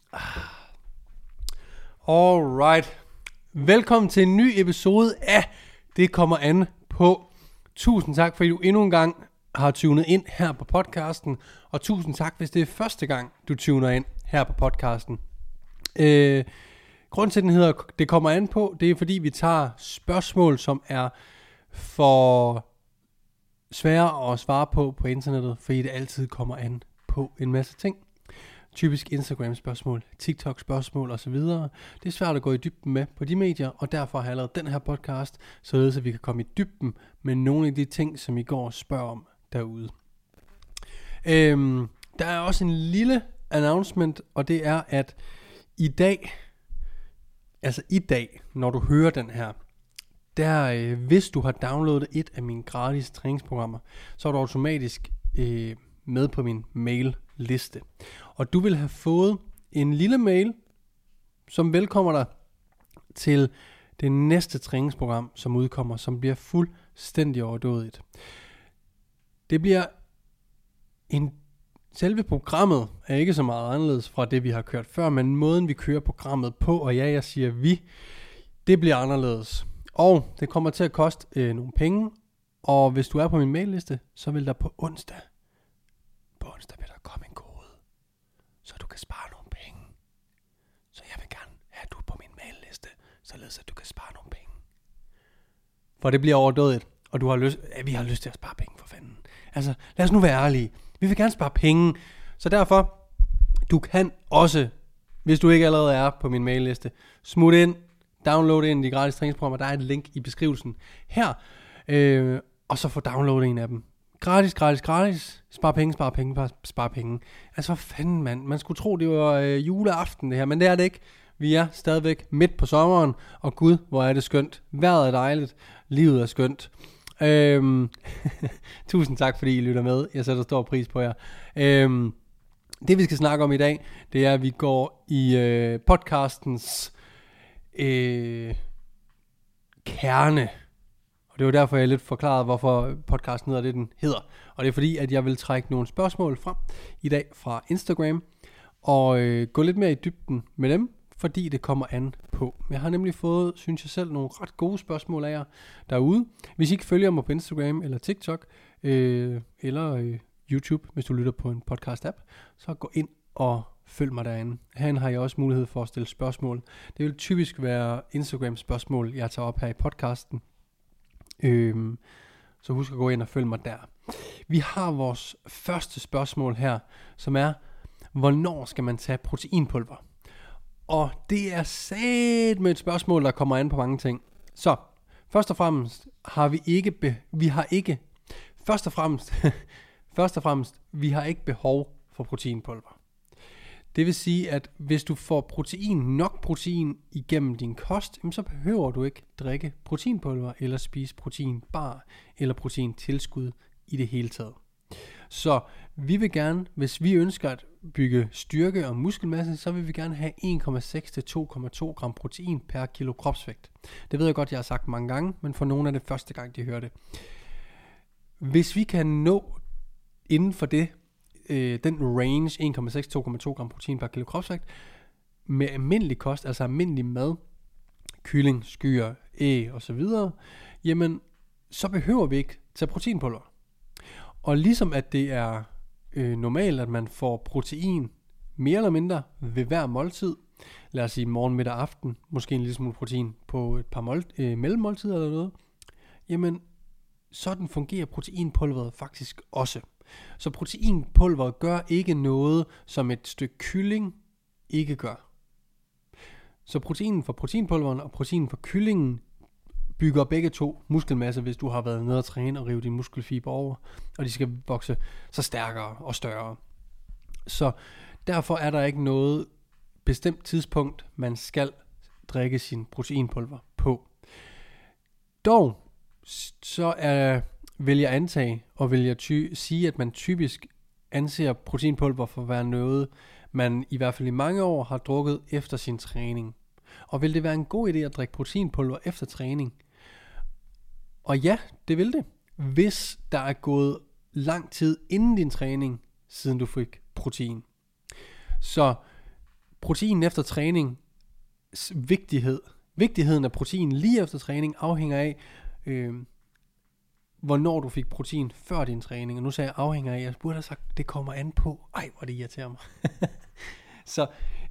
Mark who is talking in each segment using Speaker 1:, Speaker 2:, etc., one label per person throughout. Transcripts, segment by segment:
Speaker 1: Alright. Velkommen til en ny episode af Det kommer an på. Tusind tak, fordi du endnu en gang har tunet ind her på podcasten. Og tusind tak, hvis det er første gang, du tuner ind her på podcasten. Grunden til, den hedder Det kommer an på, det er fordi, vi tager spørgsmål, som er for svære at svare på internettet, fordi det altid kommer an på en masse ting. Typisk Instagram-spørgsmål, TikTok-spørgsmål osv. Det er svært at gå i dybden med på de medier, og derfor har jeg lavet den her podcast, således at vi kan komme i dybden med nogle af de ting, som I går og spørger om derude. Der er også en lille announcement, og det er, at i dag, når du hører den her, der, hvis du har downloadet et af mine gratis træningsprogrammer, så er du automatisk med på min mail-liste. Og du vil have fået en lille mail, som velkommer dig til det næste træningsprogram, som udkommer, som bliver fuldstændig overdådigt. Det bliver selve programmet er ikke så meget anderledes fra det, vi har kørt før, men måden, vi kører programmet på, og ja, jeg siger vi, det bliver anderledes. Og det kommer til at koste nogle penge, og hvis du er på min mailliste, så vil der på onsdag vil der komme en kode, så du kan spare nogle penge. Så jeg vil gerne have du på min mailliste, således at du kan spare nogle penge. For det bliver overdådigt, og vi har lyst til at spare penge, for fanden. Altså, lad os nu være ærlige. Vi vil gerne spare penge, så derfor, du kan også, hvis du ikke allerede er på min mailliste, smut ind, download ind de gratis træningsprogrammer. Der er et link i beskrivelsen her, og så få downloadet en af dem. Gratis. Spar penge. Altså, for fanden, mand. Man skulle tro, det var juleaften, det her, men det er det ikke. Vi er stadigvæk midt på sommeren, og gud, hvor er det skønt. Vejret er dejligt. Livet er skønt. Tusind tak, fordi I lytter med. Jeg sætter stor pris på jer. Det, vi skal snakke om i dag, det er, at vi går i podcastens kerne. Og det var derfor, jeg lidt forklarede, hvorfor podcasten hedder det, den hedder. Og det er fordi, at jeg vil trække nogle spørgsmål frem i dag fra Instagram, og gå lidt mere i dybden med dem, fordi det kommer an på. Jeg har nemlig fået, synes jeg selv, nogle ret gode spørgsmål af jer derude. Hvis I ikke følger mig på Instagram eller TikTok, eller YouTube, hvis du lytter på en podcast-app, så gå ind og følg mig derinde. Herinde har jeg også mulighed for at stille spørgsmål. Det vil typisk være Instagram-spørgsmål, jeg tager op her i podcasten. Så husk at gå ind og følge mig der. Vi har vores første spørgsmål her, som er, hvornår skal man tage proteinpulver? Og det er satme et spørgsmål, der kommer an på mange ting. Så, først og fremmest vi har ikke behov for proteinpulver. Det vil sige, at hvis du får nok protein igennem din kost, så behøver du ikke drikke proteinpulver, eller spise proteinbar, eller proteintilskud i det hele taget. Så vi vil gerne, hvis vi ønsker at bygge styrke og muskelmasse, så vil vi gerne have 1,6 til 2,2 gram protein per kilo kropsvægt. Det ved jeg godt, jeg har sagt mange gange, men for nogle er det første gang, de hører det. Hvis vi kan nå inden for den range, 1,6-2,2 gram protein per kilo kropsvægt, med almindelig kost, altså almindelig mad, kylling, skyer, æg osv., jamen, så behøver vi ikke tage proteinpulver. Og ligesom at det er normalt, at man får protein mere eller mindre ved hver måltid, lad os sige morgen, middag, aften, måske en lille smule protein på et par mellemmåltider eller noget, jamen, sådan fungerer proteinpulveret faktisk også. Så proteinpulveret gør ikke noget, som et stykke kylling ikke gør. Så proteinen fra proteinpulveren og proteinen fra kyllingen bygger begge to muskelmasse, hvis du har været nede og træne og rive dine muskelfiber over, og de skal vokse så stærkere og større. Så derfor er der ikke noget bestemt tidspunkt, man skal drikke sin proteinpulver på. Dog, så vil jeg antage, og vil jeg sige, at man typisk anser proteinpulver for at være noget, man i hvert fald i mange år har drukket efter sin træning. Og vil det være en god idé at drikke proteinpulver efter træning? Og ja, det vil det, hvis der er gået lang tid inden din træning, siden du fik protein. Så Protein efter træning, vigtigheden af protein lige efter træning afhænger af, hvornår du fik protein før din træning. Og nu sagde jeg afhænger af, jeg burde have sagt, det kommer an på. Ej, hvor det irriterer mig. Så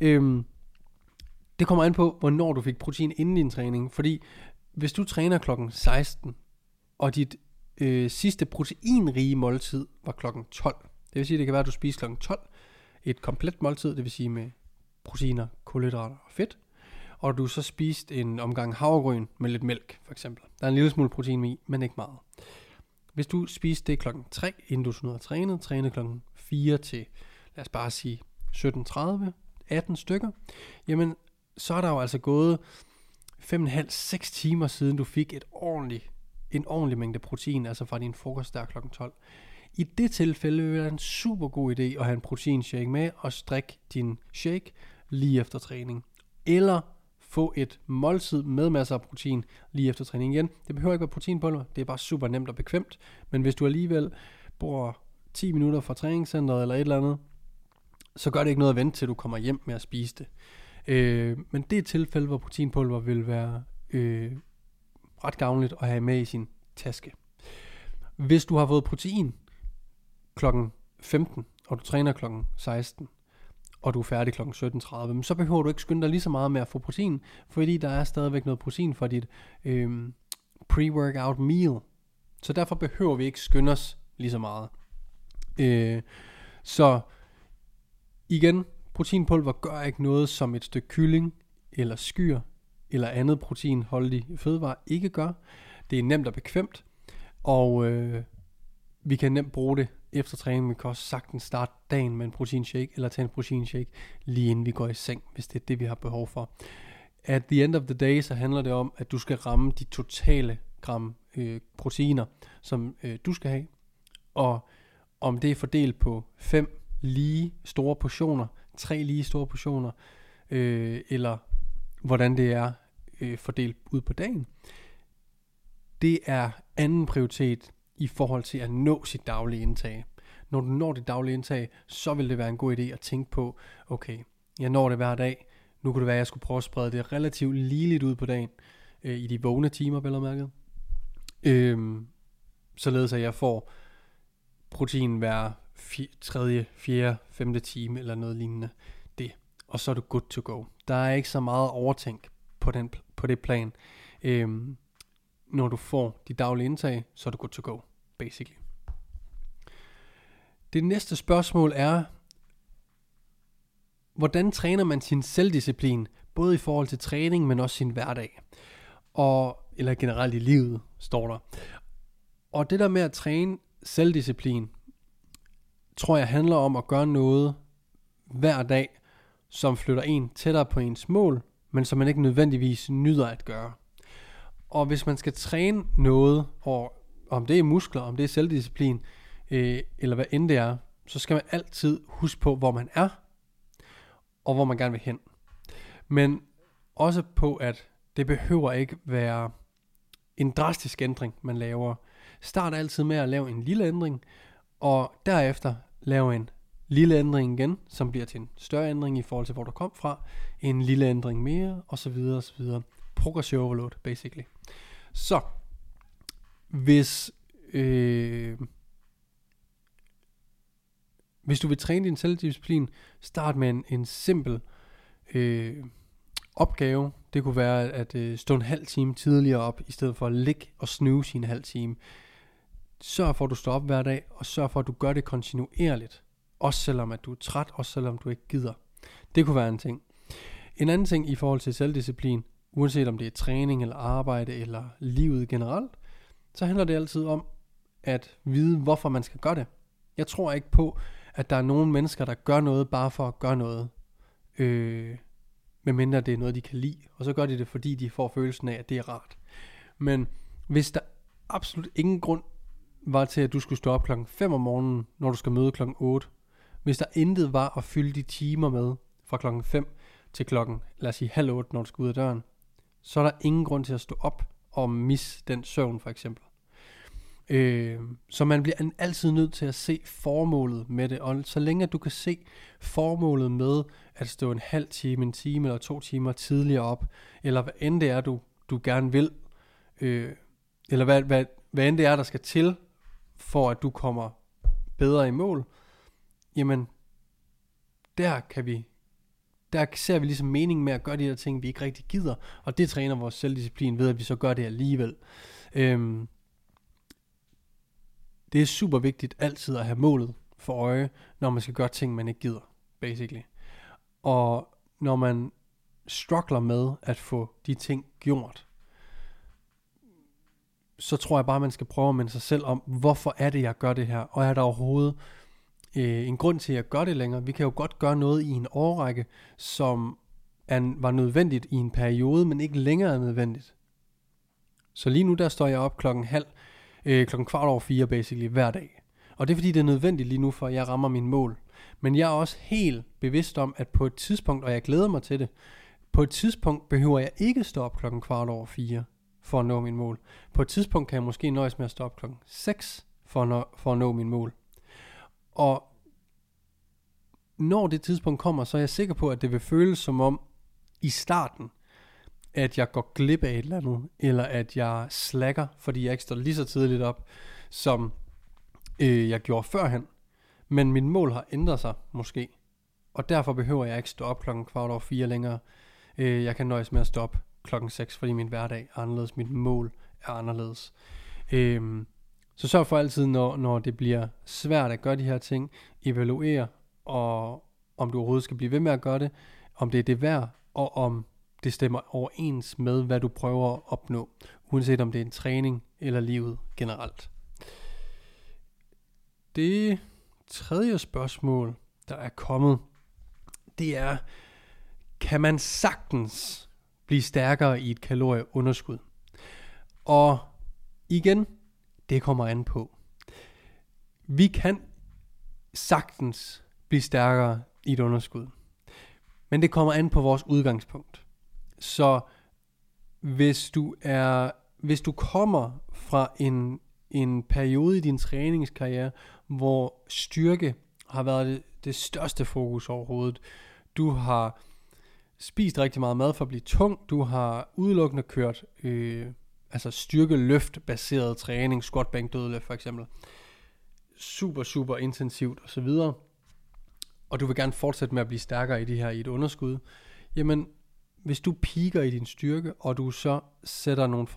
Speaker 1: det kommer an på, hvornår du fik protein inden din træning. Fordi hvis du træner klokken 16, og dit sidste proteinrige måltid var klokken 12. Det vil sige, det kan være, at du spiser klokken 12 et komplet måltid, det vil sige med proteiner, kulhydrater og fedt. Og du så spiste en omgang havregryn med lidt mælk, for eksempel. Der er en lille smule protein i, men ikke meget. Hvis du spiste det klokken 3, inden du skulle ud og træne klokken 4 til, lad os bare sige, 17:30, 18 stykker, jamen, så er der jo altså gået 5,5-6 timer siden du fik en ordentlig mængde protein, altså fra din frokost der klokken 12. I det tilfælde vil det være en super god idé at have en proteinshake med og strikke din shake lige efter træning. Eller få et måltid med masser af protein lige efter træning igen. Det behøver ikke være proteinpulver, det er bare super nemt og bekvemt. Men hvis du alligevel bor 10 minutter fra træningscenteret eller et eller andet, så gør det ikke noget at vente til du kommer hjem med at spise det. Men det er et tilfælde, hvor proteinpulver vil være ret gavnligt at have med i sin taske. Hvis du har fået protein klokken 15, og du træner klokken 16, og du er færdig klokken 17:30, så behøver du ikke skynde dig lige så meget med at få protein, fordi der er stadigvæk noget protein for dit pre-workout meal. Så derfor behøver vi ikke skynde os lige så meget. Så igen, proteinpulver gør ikke noget, som et stykke kylling, eller skyr, eller andet proteinholdig fødevare ikke gør. Det er nemt og bekvemt, og vi kan nemt bruge det efter træning. Vi kan også sagtens starte dagen med en proteinshake, eller tage en proteinshake lige inden vi går i seng, hvis det er det, vi har behov for. At the end of the day, så handler det om, at du skal ramme de totale gram proteiner, som du skal have. Og om det er fordelt på 5 lige store portioner, 3 lige store portioner, eller hvordan det er fordelt ud på dagen, det er anden prioritet i forhold til at nå sit daglige indtag. Når du når dit daglige indtag, så vil det være en god idé at tænke på, okay, jeg når det hver dag, nu kunne det være, at jeg skulle prøve at sprede det relativt ligeligt ud på dagen, i de vågne timer, vel og mærket. Således at jeg får protein hver 3., 4., 5. time eller noget lignende. Det. Og så er du good to go. Der er ikke så meget overtænk på det plan. Når du får de daglige indtag, så er du good to go, basically. Det næste spørgsmål er, hvordan træner man sin selvdisciplin, både i forhold til træning, men også sin hverdag? Eller generelt i livet, står der. Og det der med at træne selvdisciplin, tror jeg handler om at gøre noget hver dag, som flytter en tættere på ens mål, men som man ikke nødvendigvis nyder at gøre. Og hvis man skal træne noget, og om det er muskler, om det er selvdisciplin, eller hvad end det er, så skal man altid huske på, hvor man er, og hvor man gerne vil hen. Men også på, at det behøver ikke være en drastisk ændring, man laver. Start altid med at lave en lille ændring, og derefter lave en lille ændring igen, som bliver til en større ændring i forhold til, hvor du kom fra, en lille ændring mere, og så videre, og så videre. Progressive overload, basically. Så, hvis du vil træne din selvdisciplin, start med en simpel opgave. Det kunne være at stå en halv time tidligere op, i stedet for at ligge og snooze i en halv time. Sørg for, at du står op hver dag, og sørg for, at du gør det kontinuerligt. Også selvom at du er træt, også selvom du ikke gider. Det kunne være en ting. En anden ting i forhold til selvdisciplin, uanset om det er træning eller arbejde eller livet generelt, så handler det altid om at vide, hvorfor man skal gøre det. Jeg tror ikke på, at der er nogen mennesker, der gør noget bare for at gøre noget. Medmindre det er noget, de kan lide. Og så gør de det, fordi de får følelsen af, at det er rart. Men hvis der absolut ingen grund var til, at du skulle stå op klokken 5 om morgenen, når du skal møde klokken 8. Hvis der intet var at fylde de timer med, fra klokken 5 til klokken, lad os sige 7:30, når du skal ud af døren, så er der ingen grund til at stå op og misse den søvn, for eksempel. Så man bliver altid nødt til at se formålet med det, og så længe du kan se formålet med at stå en halv time, en time eller 2 timer tidligere op, eller hvad end det er, du gerne vil, eller hvad end det er, der skal til, for at du kommer bedre i mål, jamen, der ser vi ligesom mening med at gøre de her ting, vi ikke rigtig gider, og det træner vores selvdisciplin ved, at vi så gør det alligevel. Det er super vigtigt altid at have målet for øje, når man skal gøre ting, man ikke gider, basically. Og når man struggler med at få de ting gjort, så tror jeg bare, man skal prøve at minde sig selv om, hvorfor er det, jeg gør det her, og er der overhovedet en grund til, at jeg gør det længere. Vi kan jo godt gøre noget i en årrække, som var nødvendigt i en periode, men ikke længere er nødvendigt. Så lige nu, der står jeg op klokken 4:15 basically hver dag. Og det er fordi, det er nødvendigt lige nu, for at jeg rammer mine mål. Men jeg er også helt bevidst om, at på et tidspunkt, og jeg glæder mig til det, på et tidspunkt behøver jeg ikke stå op klokken 4:15 for at nå min mål. På et tidspunkt kan jeg måske nøjes med at stå op klokken 6 for at nå min mål. Og når det tidspunkt kommer, så er jeg sikker på, at det vil føles som om i starten, at jeg går glip af et eller andet, eller at jeg slacker, fordi jeg ikke står lige så tidligt op, som jeg gjorde førhen. Men mit mål har ændret sig måske, og derfor behøver jeg ikke stå op klokken 4:15 længere. Jeg kan nøjes med at stå op klokken 6, fordi min hverdag er anderledes, mit mål er anderledes. Så sørg for altid, når det bliver svært at gøre de her ting, evaluere, og om du overhovedet skal blive ved med at gøre det, om det er det værd, og om det stemmer overens med, hvad du prøver at opnå, uanset om det er en træning eller livet generelt. Det tredje spørgsmål, der er kommet, det er, kan man sagtens blive stærkere i et kalorieunderskud? Og igen, det kommer an på. Vi kan sagtens blive stærkere i et underskud, men det kommer an på vores udgangspunkt. Så hvis du kommer fra en periode i din træningskarriere, hvor styrke har været det største fokus overhovedet, du har spist rigtig meget mad for at blive tung, du har udelukkende kørt styrkeløft baseret træning, squat, bænk, dødløft for eksempel, super intensivt og så videre, og du vil gerne fortsætte med at blive stærkere i et underskud, jamen hvis du piker i din styrke, og du så sætter nogle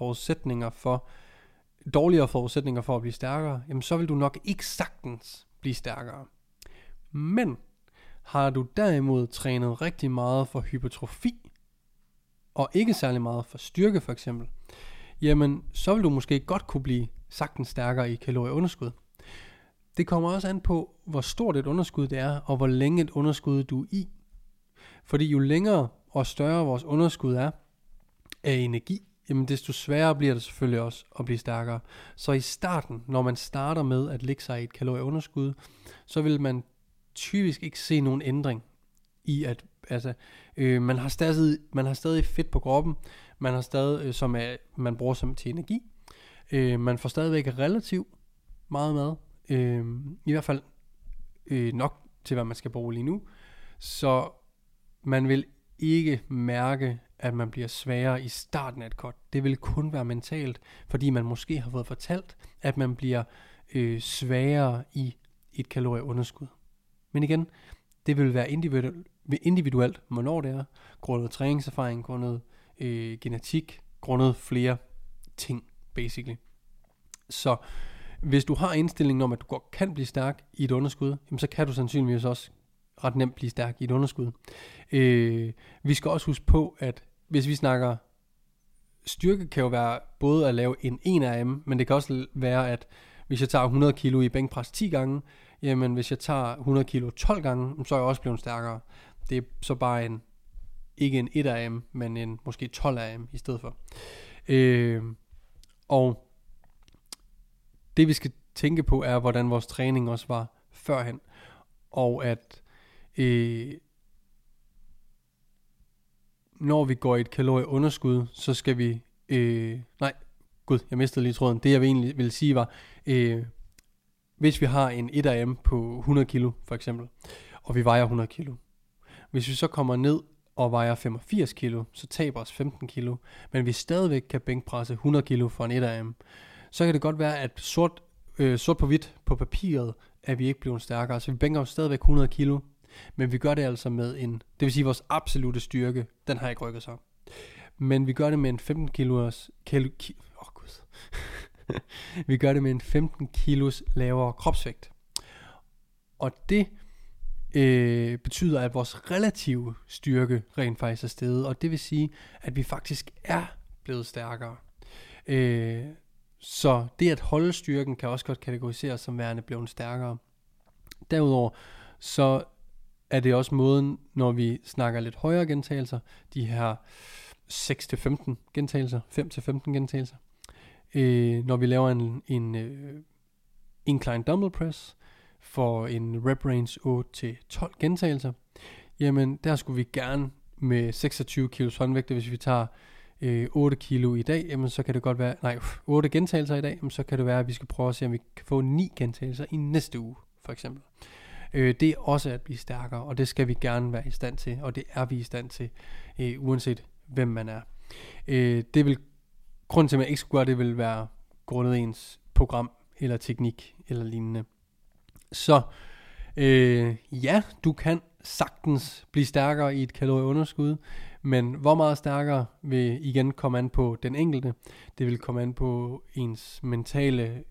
Speaker 1: dårligere forudsætninger for at blive stærkere, jamen så vil du nok ikke sagtens blive stærkere. Men har du derimod trænet rigtig meget for hypertrofi, og ikke særlig meget for styrke for eksempel, jamen så vil du måske godt kunne blive sagtens stærkere i kalorieunderskud. Det kommer også an på, hvor stort et underskud det er, og hvor længe et underskud du er i. Fordi jo længere og større vores underskud er af energi, jamen desto sværere bliver det selvfølgelig også at blive stærkere. Så i starten, når man starter med at lægge sig i et kalorieunderskud, så vil man typisk ikke se nogen ændring i at man har stadig fedt på kroppen, man har stadig man bruger som til energi. Man får stadigvæk relativt meget mad, i hvert fald nok til hvad man skal bruge lige nu. Så man vil ikke mærke, at man bliver sværere i starten af et cut. Det vil kun være mentalt, fordi man måske har fået fortalt, at man bliver sværere i et kalorieunderskud. Men igen, det vil være individuelt, hvornår det er, grundet træningserfaring, grundet genetik, grundet flere ting, basically. Så hvis du har indstillingen om, at du godt kan blive stærk i et underskud, jamen så kan du sandsynligvis også ret nemt blive stærk i et underskud. Vi skal også huske på, at hvis vi snakker styrke, kan jo være både at lave en 1RM, men det kan også være, at hvis jeg tager 100 kilo i bænkpres 10 gange, jamen hvis jeg tager 100 kilo 12 gange, så er jeg også blevet stærkere. Det er så bare ikke en 1RM, men en måske 12RM i stedet for. Og det vi skal tænke på er, hvordan vores træning også var førhen. Og at når vi går i et kalorieunderskud, så skal vi jeg mistede lige tråden. Det jeg egentlig ville sige var, hvis vi har en 1RM på 100 kilo for eksempel, og vi vejer 100 kilo. Hvis vi så kommer ned og vejer 85 kilo, så taber os 15 kilo, men vi stadigvæk kan bænkpresse 100 kilo for en 1RM, så kan det godt være, at sort på hvidt på papiret, er vi ikke blevet stærkere. Så vi bænker jo stadigvæk 100 kilo, men vi gør det altså med det vil sige vores absolute styrke, den har ikke rykket sig. Men vi gør det med en 15 kilos, vi gør det med en 15 kilos lavere kropsvægt. Og det betyder, at vores relative styrke rent faktisk er steget, og det vil sige, at vi faktisk er blevet stærkere. Så det at holde styrken kan også godt kategoriseres som værende blevet stærkere. Derudover så er det også måden, når vi snakker lidt højere gentagelser, de her 6-15 gentagelser, 5-15 gentagelser. Når vi laver en incline dumbbell press for en rep range 8-12 gentagelser, jamen der skulle vi gerne med 26 kilos håndvægte, hvis vi tager 8 kilo i dag, jamen så kan det godt være, 8 gentagelser i dag, jamen så kan det være, at vi skal prøve at se, om vi kan få 9 gentagelser i næste uge, for eksempel. Det er også at blive stærkere, og det skal vi gerne være i stand til, og det er vi i stand til, uanset hvem man er. Det vil, grunden til, at man ikke skulle gøre det, vil være grundet ens program, eller teknik, eller lignende. Så ja, du kan sagtens blive stærkere i et kalorieunderskud, men hvor meget stærkere vil igen komme an på den enkelte. Det vil komme an på ens mentale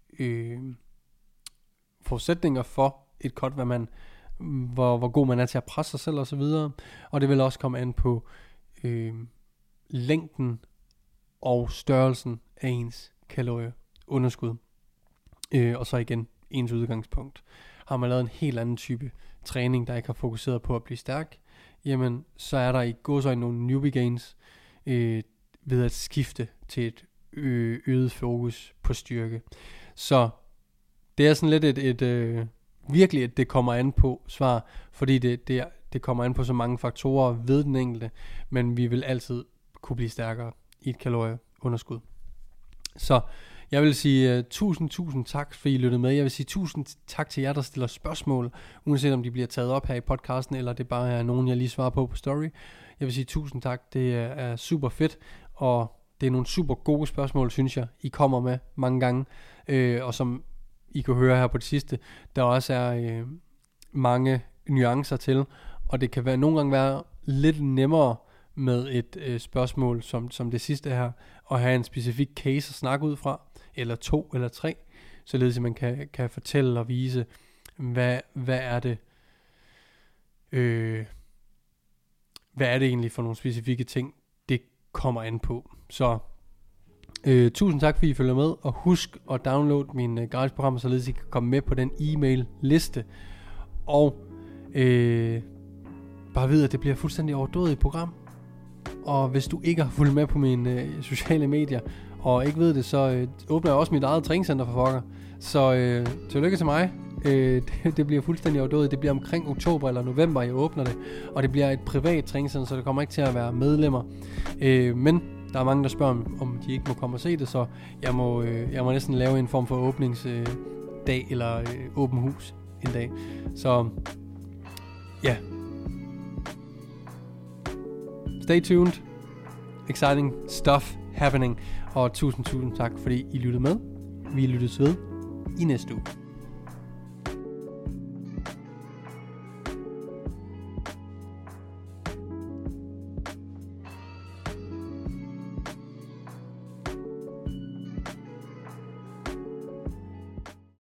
Speaker 1: forudsætninger for et cut, hvor god man er til at presse sig selv og så videre. Og det vil også komme an på længden og størrelsen af ens kalorieunderskud. Og så igen ens udgangspunkt. Har man lavet en helt anden type træning, der ikke har fokuseret på at blive stærk, jamen så er der i gåseøjne nogle newbie gains ved at skifte til et øget fokus på styrke. Så det er sådan lidt et virkelig et det kommer an på svar, fordi det kommer an på så mange faktorer ved den enkelte, men vi vil altid kunne blive stærkere i et kalorieunderskud. Så jeg vil sige tusind tak, fordi I lyttede med. Jeg vil sige tusind tak til jer, der stiller spørgsmål, uanset om de bliver taget op her i podcasten, eller det bare er nogen, jeg lige svarer på story. Jeg vil sige tusind tak, det er super fedt, og det er nogle super gode spørgsmål, synes jeg, I kommer med mange gange, og som I kan høre her på det sidste, der også er mange nuancer til, og det kan nogle gange være lidt nemmere med et spørgsmål som det sidste her, at have en specifik case at snakke ud fra, eller 2 eller 3, således at man kan fortælle og vise, hvad er det egentlig for nogle specifikke ting, det kommer an på. Så tusind tak, fordi I følger med, og husk at downloade mine gratis programmer, således at I kan komme med på den e-mail liste, og bare vide, at det bliver fuldstændig overdådigt program. Og hvis du ikke har fulgt med på mine sociale medier, og ikke ved det, så åbner jeg også mit eget træningscenter for fucker. Så tillykke til mig. Det bliver fuldstændig overdådigt. Det bliver omkring oktober eller november, jeg åbner det. Og det bliver et privat træningscenter, så det kommer ikke til at være medlemmer. Men der er mange, der spørger, om de ikke må komme og se det, så jeg må næsten lave en form for åbningsdag, eller åben hus en dag. Så ja. Stay tuned. Exciting stuff happening. Og tusind tak, fordi I lyttede med. Vi lyttes ved i næste uge.